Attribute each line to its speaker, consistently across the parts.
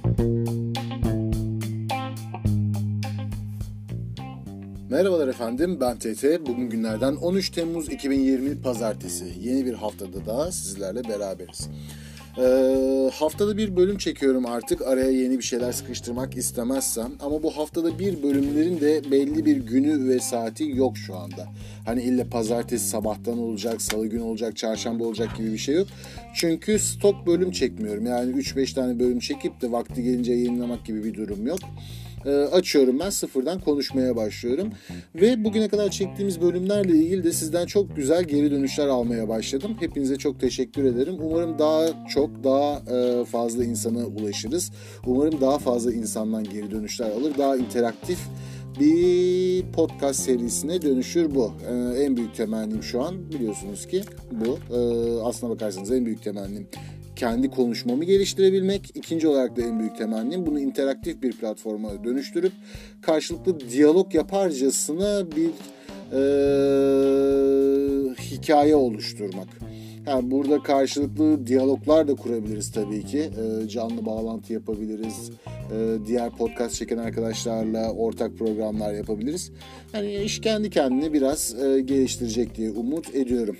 Speaker 1: Merhabalar efendim, ben TT. Bugün günlerden 13 Temmuz 2020 Pazartesi. Yeni bir haftada daha sizlerle beraberiz. Haftada bir bölüm çekiyorum artık, araya yeni bir şeyler sıkıştırmak istemezsem. Ama bu haftada bir bölümlerin de belli bir günü ve saati yok şu anda. Hani illa pazartesi sabahtan olacak, salı günü olacak, çarşamba olacak gibi bir şey yok. Çünkü stok bölüm çekmiyorum. Yani 3-5 tane bölüm çekip de vakti gelince yayınlamak gibi bir durum yok. Açıyorum, ben sıfırdan konuşmaya başlıyorum. Ve bugüne kadar çektiğimiz bölümlerle ilgili de sizden çok güzel geri dönüşler almaya başladım. Hepinize çok teşekkür ederim. Umarım daha fazla insana ulaşırız. Umarım daha fazla insandan geri dönüşler alır. Daha interaktif bir podcast serisine dönüşür bu. En büyük temennim şu an biliyorsunuz ki bu. Aslına bakarsanız en büyük temennim kendi konuşmamı geliştirebilmek. İkinci olarak da en büyük temennim bunu interaktif bir platforma dönüştürüp karşılıklı diyalog yaparcasına bir hikaye oluşturmak. Yani burada karşılıklı diyaloglar da kurabiliriz tabii ki. Canlı bağlantı yapabiliriz. Diğer podcast çeken arkadaşlarla ortak programlar yapabiliriz. Yani iş kendi kendine biraz geliştirecek diye umut ediyorum.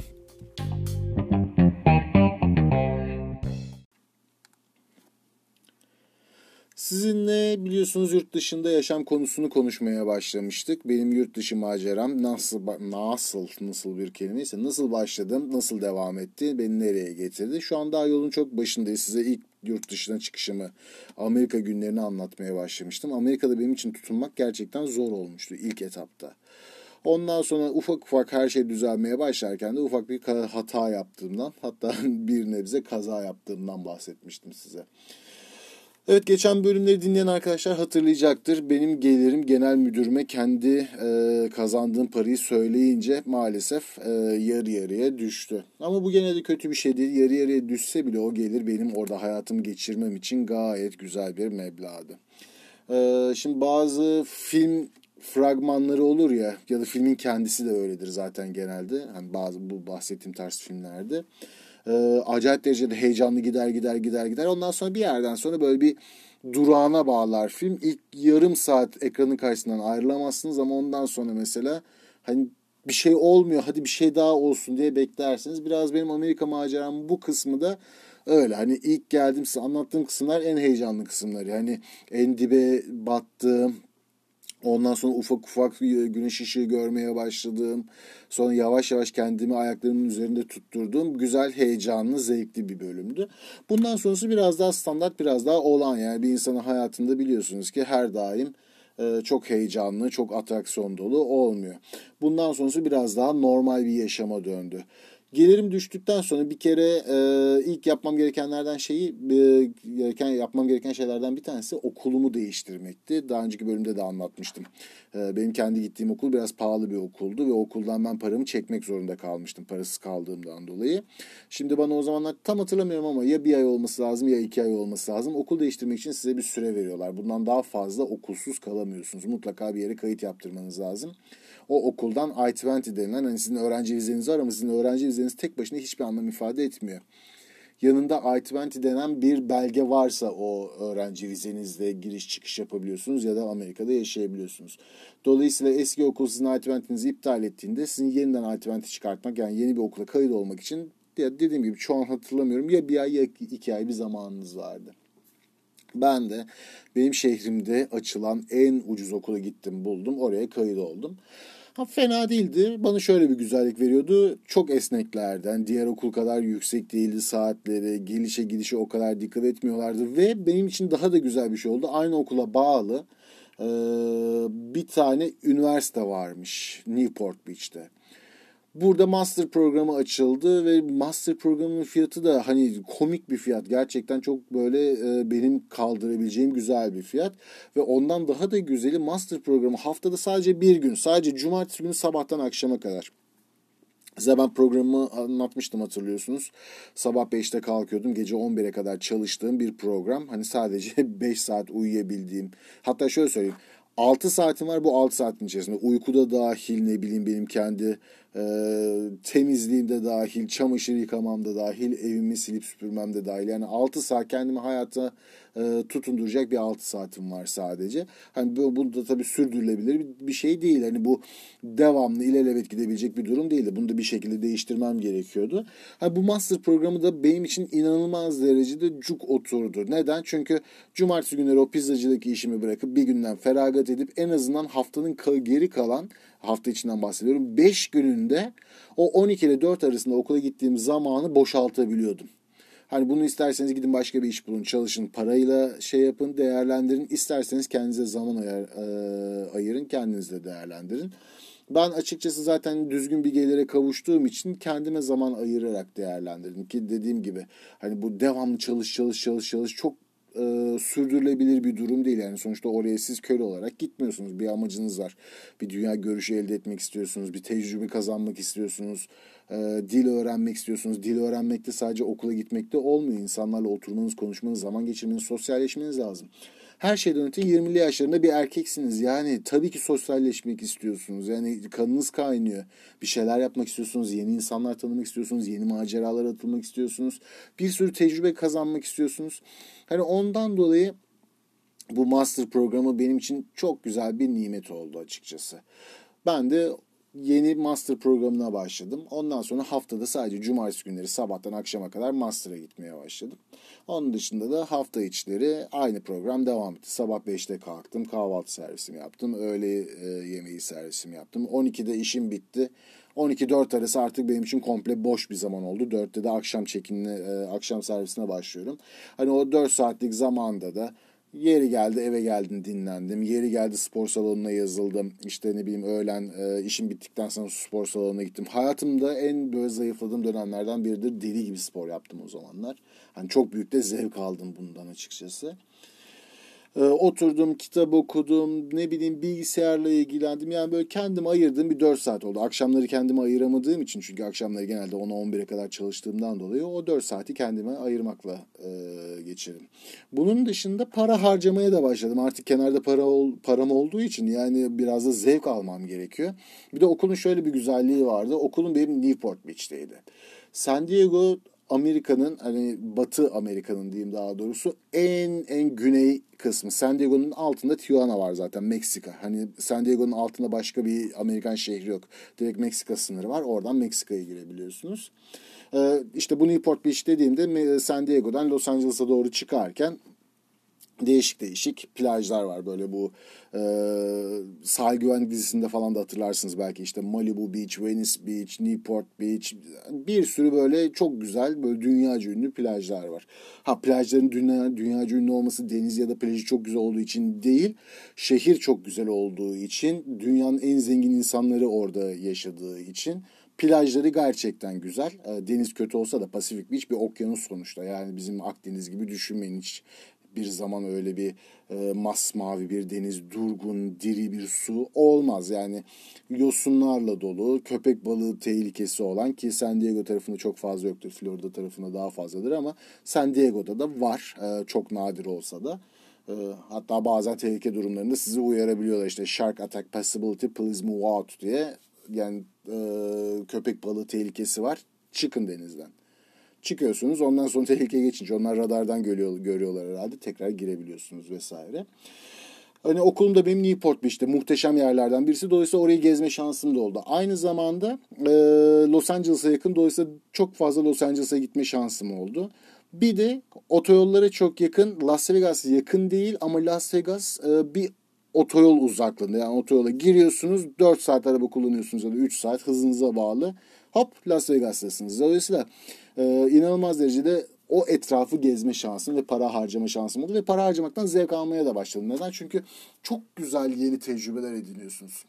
Speaker 1: Sizinle biliyorsunuz yurt dışında yaşam konusunu konuşmaya başlamıştık. Benim yurt dışı maceram nasıl bir kelimeyse nasıl başladım, nasıl devam etti, beni nereye getirdi. Şu an daha yolun çok başındayız. Size ilk yurt dışına çıkışımı, Amerika günlerini anlatmaya başlamıştım. Amerika'da benim için tutunmak gerçekten zor olmuştu ilk etapta. Ondan sonra ufak ufak her şey düzelmeye başlarken de ufak bir hata yaptığımdan, hatta bir nebze kaza yaptığımdan bahsetmiştim size. Evet, geçen bölümleri dinleyen arkadaşlar hatırlayacaktır. Benim gelirim genel müdürüme kendi kazandığım parayı söyleyince maalesef yarı yarıya düştü. Ama bu gene de kötü bir şey değil. Yarı yarıya düşse bile o gelir benim orada hayatımı geçirmem için gayet güzel bir meblağdı. Şimdi bazı film fragmanları olur ya da filmin kendisi de öyledir zaten genelde. Yani bazı bu bahsettiğim tarz filmlerde. Acayip derecede heyecanlı gider. Ondan sonra bir yerden sonra böyle bir durağına bağlar film. İlk yarım saat ekranın karşısından ayrılamazsınız ama ondan sonra mesela hani bir şey olmuyor, hadi bir şey daha olsun diye beklersiniz. Biraz benim Amerika maceram bu kısmı da öyle. Hani ilk geldim size anlattığım kısımlar en heyecanlı kısımları. Hani en dibe battığım, ondan sonra ufak ufak güneş ışığı görmeye başladığım, sonra yavaş yavaş kendimi ayaklarımın üzerinde tutturduğum güzel, heyecanlı, zevkli bir bölümdü. Bundan sonrası biraz daha standart, biraz daha olağan. Yani bir insanın hayatında biliyorsunuz ki her daim çok heyecanlı, çok atraksiyon dolu olmuyor. Bundan sonrası biraz daha normal bir yaşama döndü. Gelirim düştükten sonra bir kere ilk yapmam gereken şeylerden bir tanesi okulumu değiştirmekti. Daha önceki bölümde de anlatmıştım. Benim kendi gittiğim okul biraz pahalı bir okuldu ve okuldan ben paramı çekmek zorunda kalmıştım, parasız kaldığımdan dolayı. Şimdi bana o zamanlar tam hatırlamıyorum ama ya bir ay olması lazım ya 2 ay olması lazım. Okul değiştirmek için size bir süre veriyorlar. Bundan daha fazla okulsuz kalamıyorsunuz. Mutlaka bir yere kayıt yaptırmanız lazım. O okuldan I-20 denilen, hani sizin öğrenci vizeniz var ama sizin öğrenci vizeniz tek başına hiçbir anlam ifade etmiyor. Yanında I-20 denen bir belge varsa o öğrenci vizenizle giriş çıkış yapabiliyorsunuz ya da Amerika'da yaşayabiliyorsunuz. Dolayısıyla eski okul sizin I-20'nizi iptal ettiğinde sizin yeniden I-20 çıkartmak, yani yeni bir okula kayıt olmak için, ya dediğim gibi şu an hatırlamıyorum, ya bir ay ya 2 ay bir zamanınız vardı. Ben de benim şehrimde açılan en ucuz okula gittim, buldum, oraya kayıt oldum. Fena değildi. Bana şöyle bir güzellik veriyordu. Çok esneklerdi. Yani diğer okul kadar yüksek değildi saatleri. Gelişe gidişe o kadar dikkat etmiyorlardı. Ve benim için daha da güzel bir şey oldu. Aynı okula bağlı bir tane üniversite varmış Newport Beach'te. Burada master programı açıldı ve master programının fiyatı da hani komik bir fiyat. Gerçekten çok böyle benim kaldırabileceğim güzel bir fiyat. Ve ondan daha da güzeli, master programı haftada sadece bir gün. Sadece cumartesi günü sabahtan akşama kadar. Size ben programımı anlatmıştım, hatırlıyorsunuz. Sabah 5'te kalkıyordum. Gece 11'e kadar çalıştığım bir program. Hani sadece 5 saat uyuyabildiğim. Hatta şöyle söyleyeyim. 6 saatim var, bu 6 saatin içerisinde uykuda dahil, ne bileyim benim kendi Temizliğimde dahil, çamaşır yıkamamda dahil, evimi silip süpürmemde dahil. Yani 6 saat kendimi hayata tutunduracak bir 6 saatim var sadece. Hani bu da tabii sürdürülebilir bir şey değil. Hani bu devamlı ilelebet gidebilecek bir durum değildi. Bunu da bir şekilde değiştirmem gerekiyordu. Hani bu master programı da benim için inanılmaz derecede cuk oturdu. Neden? Çünkü cumartesi günleri o pizzacıdaki işimi bırakıp bir günden feragat edip en azından haftanın geri kalan, hafta içinden bahsediyorum, 5 gününde o 12 ile 4 arasında okula gittiğim zamanı boşaltabiliyordum. Hani bunu isterseniz gidin başka bir iş bulun, çalışın, parayla şey yapın, değerlendirin. İsterseniz kendinize zaman ayırın, kendiniz de değerlendirin. Ben açıkçası zaten düzgün bir gelire kavuştuğum için kendime zaman ayırarak değerlendirdim. Ki dediğim gibi hani bu devamlı çalış çok sürdürülebilir bir durum değil. Yani sonuçta oraya siz köle olarak gitmiyorsunuz. Bir amacınız var. Bir dünya görüşü elde etmek istiyorsunuz. Bir tecrübe kazanmak istiyorsunuz. Dil öğrenmek istiyorsunuz. Dil öğrenmek de sadece okula gitmekte olmuyor. İnsanlarla oturmanız, konuşmanız, zaman geçirmeniz, sosyalleşmeniz lazım. Her şeyden öte 20'li yaşlarında bir erkeksiniz. Yani tabii ki sosyalleşmek istiyorsunuz. Yani kanınız kaynıyor. Bir şeyler yapmak istiyorsunuz. Yeni insanlar tanımak istiyorsunuz. Yeni maceralara atılmak istiyorsunuz. Bir sürü tecrübe kazanmak istiyorsunuz. Hani ondan dolayı bu master programı benim için çok güzel bir nimet oldu açıkçası. Ben de yeni master programına başladım. Ondan sonra haftada sadece cumartesi günleri sabahtan akşama kadar master'a gitmeye başladım. Onun dışında da hafta içleri aynı program devam etti. Sabah 5'te kalktım, kahvaltı servisimi yaptım, öğle yemeği servisimi yaptım. 12'de işim bitti. 12-4 arası artık benim için komple boş bir zaman oldu. 4'te de akşam servisine başlıyorum. Hani o 4 saatlik zamanda da yeri geldi eve geldim dinlendim. Yeri geldi spor salonuna yazıldım. İşte ne bileyim öğlen işim bittikten sonra spor salonuna gittim. Hayatımda en böyle zayıfladığım dönemlerden biridir. Deli gibi spor yaptım o zamanlar. Hani çok büyük de zevk aldım bundan açıkçası. Oturdum, kitap okudum, ne bileyim bilgisayarla ilgilendim. Yani böyle kendime ayırdığım bir 4 saat oldu. Akşamları kendime ayıramadığım için çünkü akşamları genelde 10'a 11'e kadar çalıştığımdan dolayı o 4 saati kendime ayırmakla geçirdim. Bunun dışında para harcamaya da başladım. Artık kenarda param olduğu için yani biraz da zevk almam gerekiyor. Bir de okulun şöyle bir güzelliği vardı. Okulum benim Newport Beach'teydi. San Diego Amerika'nın hani Batı Amerika'nın diyeyim daha doğrusu en güney kısmı. San Diego'nun altında Tijuana var zaten Meksika. Hani San Diego'nun altında başka bir Amerikan şehri yok. Direkt Meksika sınırı var. Oradan Meksika'ya girebiliyorsunuz. İşte bu Newport Beach dediğimde San Diego'dan Los Angeles'a doğru çıkarken değişik plajlar var. Böyle bu Sahil Güvenlik dizisinde falan da hatırlarsınız belki işte Malibu Beach, Venice Beach, Newport Beach, bir sürü böyle çok güzel böyle dünyaca ünlü plajlar var. Ha plajların dünyaca ünlü olması deniz ya da plajı çok güzel olduğu için değil, şehir çok güzel olduğu için, dünyanın en zengin insanları orada yaşadığı için plajları gerçekten güzel. Deniz kötü olsa da Pacific Beach bir okyanus sonuçta. Yani bizim Akdeniz gibi düşünmeyin hiç bir zaman öyle bir masmavi bir deniz, durgun, diri bir su olmaz. Yani yosunlarla dolu, köpek balığı tehlikesi olan ki San Diego tarafında çok fazla yoktur. Florida tarafında daha fazladır ama San Diego'da da var. Çok nadir olsa da. Hatta bazen tehlike durumlarında sizi uyarabiliyorlar. İşte shark attack possibility, please move out diye. Yani köpek balığı tehlikesi var. Çıkın denizden. Çıkıyorsunuz. Ondan sonra tehlike geçince onlar radardan görüyorlar herhalde. Tekrar girebiliyorsunuz vesaire. Hani okulum da benim Newport Beach'te muhteşem yerlerden birisi. Dolayısıyla orayı gezme şansım da oldu. Aynı zamanda Los Angeles'a yakın. Dolayısıyla çok fazla Los Angeles'a gitme şansım oldu. Bir de otoyollara çok yakın. Las Vegas yakın değil ama Las Vegas bir otoyol uzaklığında. Yani otoyola giriyorsunuz 4 saat araba kullanıyorsunuz ya da 3 saat hızınıza bağlı. Hop Las Vegas'tasınız. Dolayısıyla inanılmaz derecede o etrafı gezme şansım ve para harcama şansım oldu. Ve para harcamaktan zevk almaya da başladım. Neden? Çünkü çok güzel yeni tecrübeler ediniyorsunuz.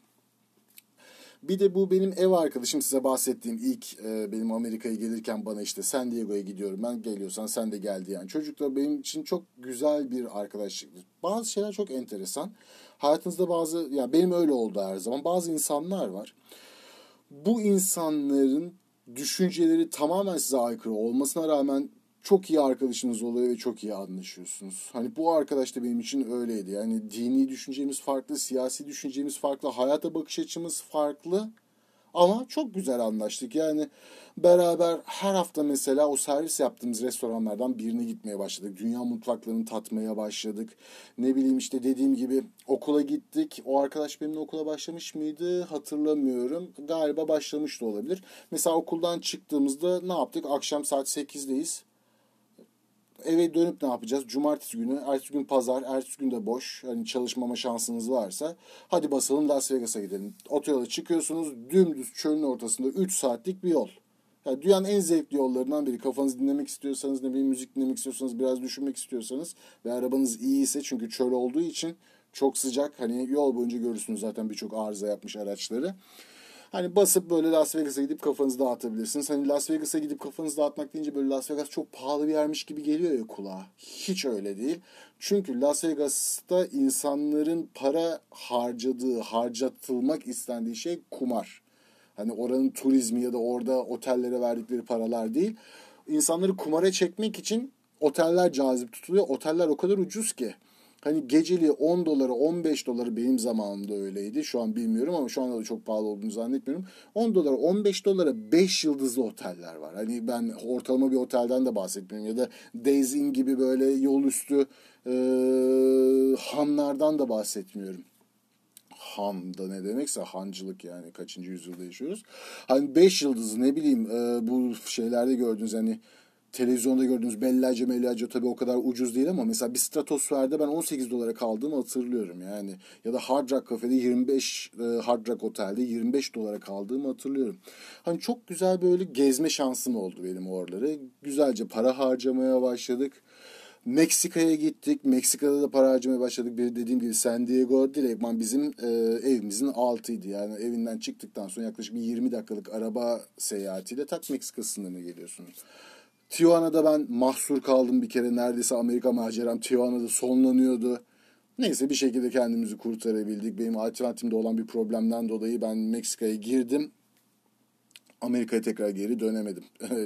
Speaker 1: Bir de bu benim ev arkadaşım size bahsettiğim ilk benim Amerika'ya gelirken bana işte San Diego'ya gidiyorum ben geliyorsan sen de gel diyen çocuk da benim için çok güzel bir arkadaşlıktır. Bazı şeyler çok enteresan. Hayatınızda bazı ya benim öyle oldu her zaman. Bazı insanlar var. Bu insanların düşünceleri tamamen size aykırı olmasına rağmen çok iyi arkadaşınız oluyor ve çok iyi anlaşıyorsunuz. Hani bu arkadaş da benim için öyleydi. Yani dini düşüncemiz farklı, siyasi düşüncemiz farklı, hayata bakış açımız farklı. Ama çok güzel anlaştık. Yani beraber her hafta mesela o servis yaptığımız restoranlardan birine gitmeye başladık. Dünya mutfaklarını tatmaya başladık. Ne bileyim işte dediğim gibi okula gittik. O arkadaş benimle okula başlamış mıydı hatırlamıyorum. Galiba başlamış da olabilir. Mesela okuldan çıktığımızda ne yaptık? Akşam saat 8'deyiz. Eve dönüp ne yapacağız? Cumartesi günü, ertesi gün pazar, ertesi gün de boş. Hani çalışmama şansınız varsa hadi basalım Las Vegas'a gidelim. Otoyola çıkıyorsunuz, dümdüz çölün ortasında 3 saatlik bir yol. Yani dünyanın en zevkli yollarından biri. Kafanızı dinlemek istiyorsanız, ne bileyim müzik dinlemek istiyorsanız, biraz düşünmek istiyorsanız ve arabanız iyi ise çünkü çöl olduğu için çok sıcak. Hani yol boyunca görürsünüz zaten birçok arıza yapmış araçları. Hani basıp böyle Las Vegas'a gidip kafanızı dağıtabilirsiniz. Hani Las Vegas'a gidip kafanızı dağıtmak deyince böyle Las Vegas çok pahalı bir yermiş gibi geliyor ya kulağa. Hiç öyle değil. Çünkü Las Vegas'ta insanların para harcadığı, harcatılmak istendiği şey kumar. Hani oranın turizmi ya da orada otellere verdikleri paralar değil. İnsanları kumara çekmek için oteller cazip tutuluyor. Oteller o kadar ucuz ki. Hani geceliği 10 dolara 15 doları benim zamanımda öyleydi. Şu an bilmiyorum ama şu anda da çok pahalı olduğunu zannetmiyorum. 10 dolara 15 dolara 5 yıldızlı oteller var. Hani ben ortalama bir otelden de bahsetmiyorum. Ya da Days Inn gibi böyle yol üstü hanlardan da bahsetmiyorum. Han da ne demekse hancılık yani kaçıncı yüzyılda yaşıyoruz. Hani 5 yıldızı ne bileyim bu şeylerde gördüğünüz hani televizyonda gördüğünüz Bellagio tabii o kadar ucuz değil ama mesela bir Stratosfer'de ben 18 dolara kaldığımı hatırlıyorum yani. Ya da Hard Rock Cafe'de 25 Hard Rock Otel'de 25 dolara kaldığımı hatırlıyorum. Hani çok güzel böyle gezme şansım oldu benim oraları. Güzelce para harcamaya başladık. Meksika'ya gittik. Meksika'da da para harcamaya başladık. Bir dediğim gibi San Diego direktman bizim evimizin altıydı. Yani evinden çıktıktan sonra yaklaşık bir 20 dakikalık araba seyahatiyle tak Meksika sınırına geliyorsunuz. Tijuana'da ben mahsur kaldım bir kere. Neredeyse Amerika maceram Tijuana'da sonlanıyordu. Neyse bir şekilde kendimizi kurtarabildik. Benim alternatifimde olan bir problemden dolayı ben Meksika'ya girdim. Amerika'ya tekrar geri dönemedim.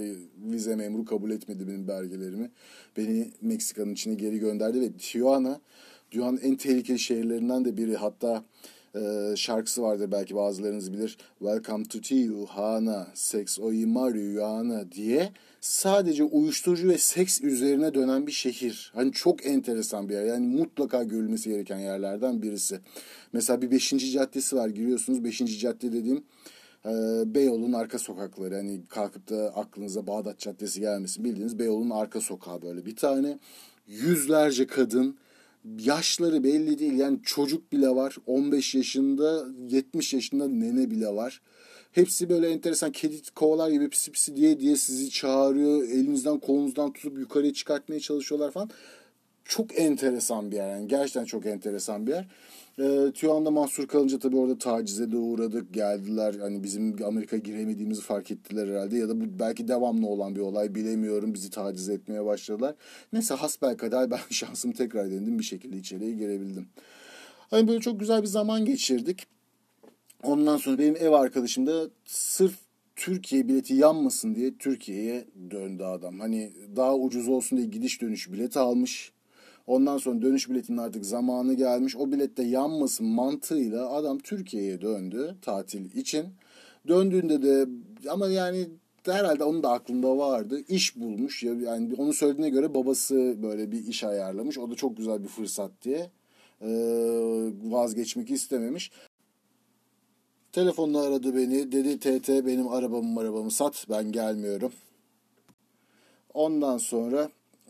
Speaker 1: Vize memuru kabul etmedi benim belgelerimi. Beni Meksika'nın içine geri gönderdi ve Tijuana dünyanın en tehlikeli şehirlerinden de biri. Hatta şarkısı vardır belki bazılarınız bilir. Welcome to Tijuana, Sex Oy Marijuana diye sadece uyuşturucu ve seks üzerine dönen bir şehir. Hani çok enteresan bir yer. Yani mutlaka görülmesi gereken yerlerden birisi. Mesela bir beşinci caddesi var giriyorsunuz. Beşinci cadde dediğim Beyoğlu'nun arka sokakları. Hani kalkıp da aklınıza Bağdat Caddesi gelmesin. Bildiğiniz Beyoğlu'nun arka sokağı böyle. Bir tane yüzlerce kadın, yaşları belli değil. Yani çocuk bile var. 15 yaşında, 70 yaşında nene bile var. Hepsi böyle enteresan kedi kovalar gibi pisi pisi diye diye sizi çağırıyor. Elinizden kolunuzdan tutup yukarıya çıkartmaya çalışıyorlar falan. Çok enteresan bir yer yani gerçekten çok enteresan bir yer. Tijuana'da mahsur kalınca tabii orada tacize de uğradık. Geldiler hani bizim Amerika'ya giremediğimizi fark ettiler herhalde. Ya da bu belki devamlı olan bir olay bilemiyorum. Bizi taciz etmeye başladılar. Neyse hasbelkader ben şansımı tekrar denedim. Bir şekilde içeriye girebildim. Hani böyle çok güzel bir zaman geçirdik. Ondan sonra benim ev arkadaşım da sırf Türkiye bileti yanmasın diye Türkiye'ye döndü adam. Hani daha ucuz olsun diye gidiş dönüş bileti almış. Ondan sonra dönüş biletinin artık zamanı gelmiş. O bilette yanmasın mantığıyla adam Türkiye'ye döndü tatil için. Döndüğünde de ama yani herhalde onun da aklında vardı. İş bulmuş. Yani onun söylediğine göre babası böyle bir iş ayarlamış. O da çok güzel bir fırsat diye vazgeçmek istememiş. Telefonla aradı beni. Dedi TT benim arabamı sat. Ben gelmiyorum. Ondan sonra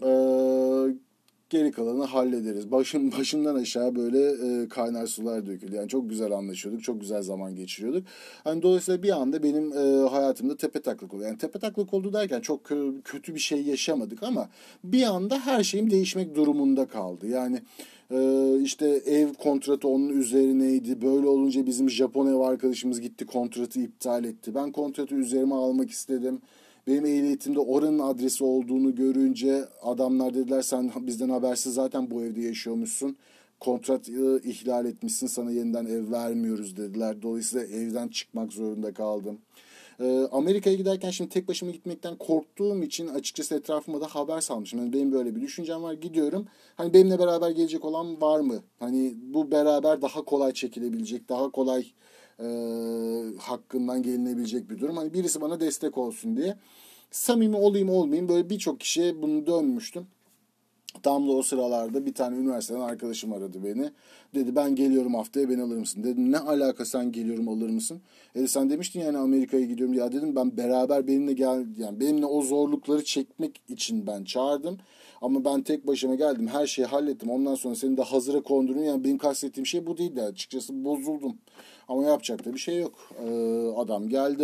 Speaker 1: geri kalanı hallederiz. Başımdan aşağı böyle kaynar sular döküldü. Yani çok güzel anlaşıyorduk. Çok güzel zaman geçiriyorduk. Hani dolayısıyla bir anda benim hayatımda tepetaklak oldu. Yani tepetaklak oldu derken çok kötü bir şey yaşamadık ama bir anda her şeyim değişmek durumunda kaldı. Yani işte ev kontratı onun üzerineydi. Böyle olunca bizim Japon ev arkadaşımız gitti kontratı iptal etti. Ben kontratı üzerime almak istedim. Benim ehliyetimde oranın adresi olduğunu görünce adamlar dediler sen bizden habersiz zaten bu evde yaşıyormuşsun. Kontrat ihlal etmişsin sana yeniden ev vermiyoruz dediler. Dolayısıyla evden çıkmak zorunda kaldım. Amerika'ya giderken şimdi tek başıma gitmekten korktuğum için açıkçası etrafıma da haber salmışım. Yani benim böyle bir düşüncem var gidiyorum. Hani benimle beraber gelecek olan var mı? Hani bu beraber daha kolay çekilebilecek, daha kolay hakkından gelinebilecek bir durum. Hani birisi bana destek olsun diye. Samimi olayım olmayayım böyle birçok kişiye bunu dönmüştüm. Tam da o sıralarda bir tane üniversiteden arkadaşım aradı beni. Dedi ben geliyorum haftaya, beni alır mısın? Dedim ne alaka, sen geliyorum alır mısın? Sen demiştin yani Amerika'ya gidiyorum. Ya dedim ben beraber benimle gel, yani benimle o zorlukları çekmek için ben çağırdım. Ama ben tek başıma geldim, her şeyi hallettim. Ondan sonra seni de hazıra kondurun. Yani benim kastettiğim şey bu değildi. Açıkçası bozuldum. Ama yapacak da bir şey yok. Adam geldi.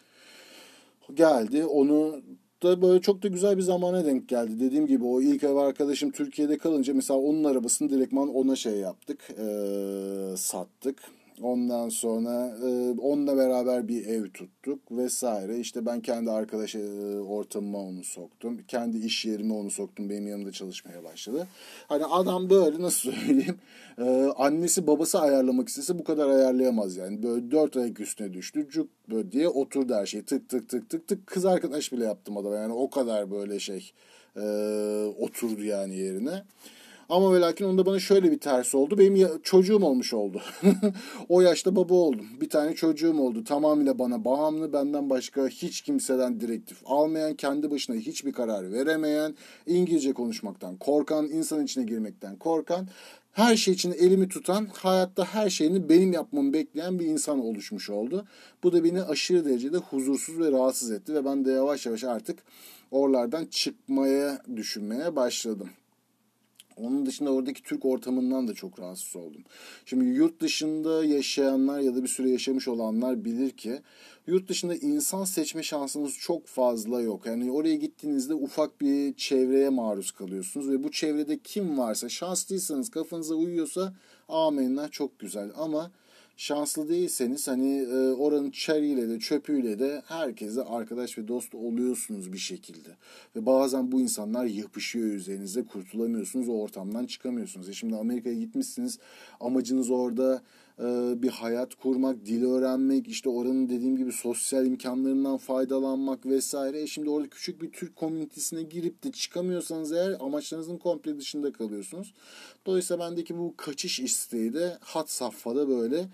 Speaker 1: Onu da böyle çok da güzel bir zamana denk geldi. Dediğim gibi o ilk ev arkadaşım Türkiye'de kalınca mesela onun arabasını direktman ona şey yaptık. Sattık. Ondan sonra onunla beraber bir ev tuttuk vesaire. İşte ben kendi arkadaş ortamıma onu soktum. Kendi iş yerime onu soktum. Benim yanımda çalışmaya başladı. Hani adam böyle nasıl söyleyeyim, annesi babası ayarlamak istese bu kadar ayarlayamaz yani. Böyle 4 ayak üstüne düştü. Cuk böyle diye oturdu her şey. Tık tık tık tık tık. Kız arkadaş bile yaptım adama. Yani o kadar böyle oturdu yani yerine. Ama ve lakin onda bana şöyle bir ters oldu. Benim çocuğum olmuş oldu. O yaşta baba oldum. Bir tane çocuğum oldu. Tamamıyla bana bağımlı, benden başka hiç kimseden direktif almayan, kendi başına hiçbir karar veremeyen, İngilizce konuşmaktan korkan, insan içine girmekten korkan, her şey için elimi tutan, hayatta her şeyini benim yapmamı bekleyen bir insan oluşmuş oldu. Bu da beni aşırı derecede huzursuz ve rahatsız etti ve ben de yavaş yavaş artık oralardan çıkmaya düşünmeye başladım. Onun dışında oradaki Türk ortamından da çok rahatsız oldum. Şimdi yurt dışında yaşayanlar ya da bir süre yaşamış olanlar bilir ki yurt dışında insan seçme şansınız çok fazla yok. Yani oraya gittiğinizde ufak bir çevreye maruz kalıyorsunuz ve bu çevrede kim varsa, şanslıysanız, kafanıza uyuyorsa amenna çok güzel, ama şanslı değilseniz hani oranın çeriyle de çöpüyle de herkese arkadaş ve dost oluyorsunuz bir şekilde. Ve bazen bu insanlar yapışıyor üzerinize, kurtulamıyorsunuz, o ortamdan çıkamıyorsunuz. Şimdi Amerika'ya gitmişsiniz, amacınız orada bir hayat kurmak, dil öğrenmek, işte oranın dediğim gibi sosyal imkanlarından faydalanmak vesaire. Şimdi orada küçük bir Türk komünitesine girip de çıkamıyorsanız eğer amaçlarınızın komple dışında kalıyorsunuz. Dolayısıyla bendeki bu kaçış isteği de had safhada böyle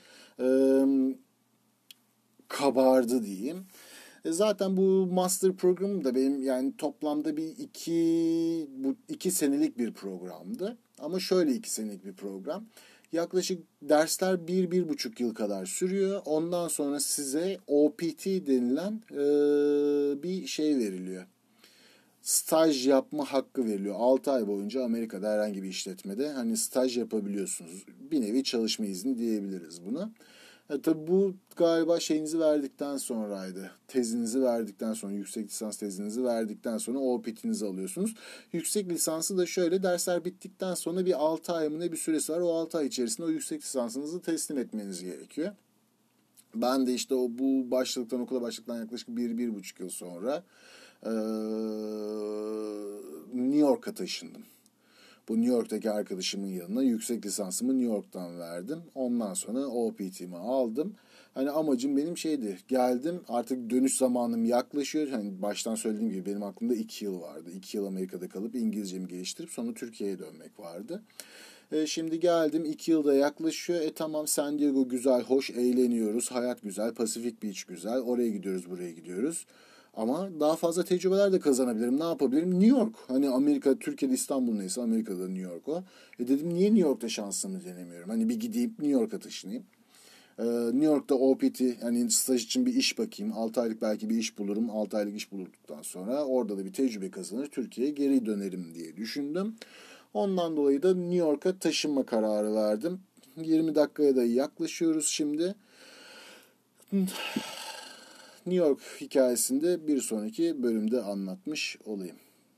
Speaker 1: kabardı diyeyim. Zaten bu master programım da benim yani toplamda bir iki senelik bir programdı. Ama şöyle 2 senelik bir program. Yaklaşık dersler 1-1,5 yıl kadar sürüyor. Ondan sonra size OPT denilen bir şey veriliyor. Staj yapma hakkı veriliyor. 6 ay boyunca Amerika'da herhangi bir işletmede hani staj yapabiliyorsunuz. Bir nevi çalışma izni diyebiliriz buna. Tabii bu galiba şeyinizi verdikten sonraydı. Tezinizi verdikten sonra, yüksek lisans tezinizi verdikten sonra OPT'nizi alıyorsunuz. Yüksek lisansı da şöyle, dersler bittikten sonra bir 6 ay mı ne bir süresi var. O 6 ay içerisinde o yüksek lisansınızı teslim etmeniz gerekiyor. Ben de işte bu okula başladıktan yaklaşık 1-1,5 yıl sonra New York'a taşındım. Bu New York'taki arkadaşımın yanına yüksek lisansımı New York'tan verdim. Ondan sonra OPT'mi aldım. Hani amacım benim şeydi. Geldim, artık dönüş zamanım yaklaşıyor. Hani baştan söylediğim gibi benim aklımda 2 yıl vardı. 2 yıl Amerika'da kalıp İngilizcemi geliştirip sonra Türkiye'ye dönmek vardı. Şimdi geldim, 2 yılda yaklaşıyor. Tamam, San Diego güzel, hoş, eğleniyoruz. Hayat güzel, Pacific Beach güzel. Oraya gidiyoruz, buraya gidiyoruz. Ama daha fazla tecrübeler de kazanabilirim. Ne yapabilirim? New York. Hani Amerika, Türkiye'de İstanbul neyse Amerika'da New York o. Dedim niye New York'ta şansımı denemiyorum? Hani bir gideyim New York'a taşınayım. New York'ta OPT, yani staj için bir iş bakayım. 6 aylık belki bir iş bulurum. 6 aylık iş bulduktan sonra orada da bir tecrübe kazanır, Türkiye'ye geri dönerim diye düşündüm. Ondan dolayı da New York'a taşınma kararı verdim. 20 dakikaya da yaklaşıyoruz şimdi. New York hikayesinde bir sonraki bölümde anlatmış olayım.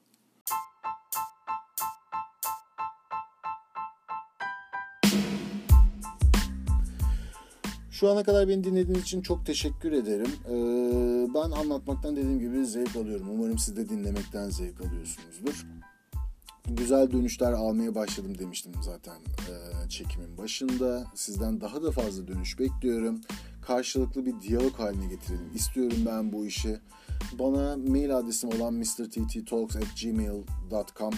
Speaker 1: Şu ana kadar beni dinlediğiniz için çok teşekkür ederim. Ben anlatmaktan dediğim gibi zevk alıyorum. Umarım siz de dinlemekten zevk alıyorsunuzdur. Güzel dönüşler almaya başladım demiştim zaten çekimin başında. Sizden daha da fazla dönüş bekliyorum. Karşılıklı bir diyalog haline getirelim İstiyorum ben bu işi. Bana mail adresim olan mrtttalks@gmail.com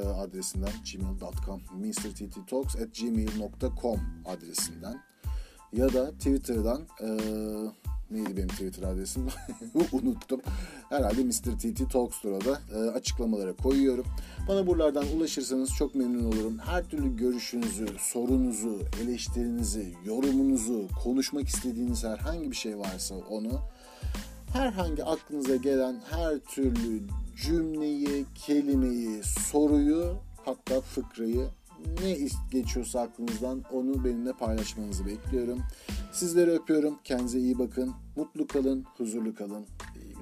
Speaker 1: adresinden, gmail.com, mrtttalks@gmail.com adresinden ya da Twitter'dan neydi benim Twitter adresim? Unuttum. Herhalde Mr. TT Talks'tur o da. Açıklamalara koyuyorum. Bana buralardan ulaşırsanız çok memnun olurum. Her türlü görüşünüzü, sorunuzu, eleştirinizi, yorumunuzu, konuşmak istediğiniz herhangi bir şey varsa onu, herhangi aklınıza gelen her türlü cümleyi, kelimeyi, soruyu, hatta fıkrayı, ne geçiyorsa aklınızdan onu benimle paylaşmanızı bekliyorum. Sizleri öpüyorum. Kendinize iyi bakın. Mutlu kalın, huzurlu kalın. İyi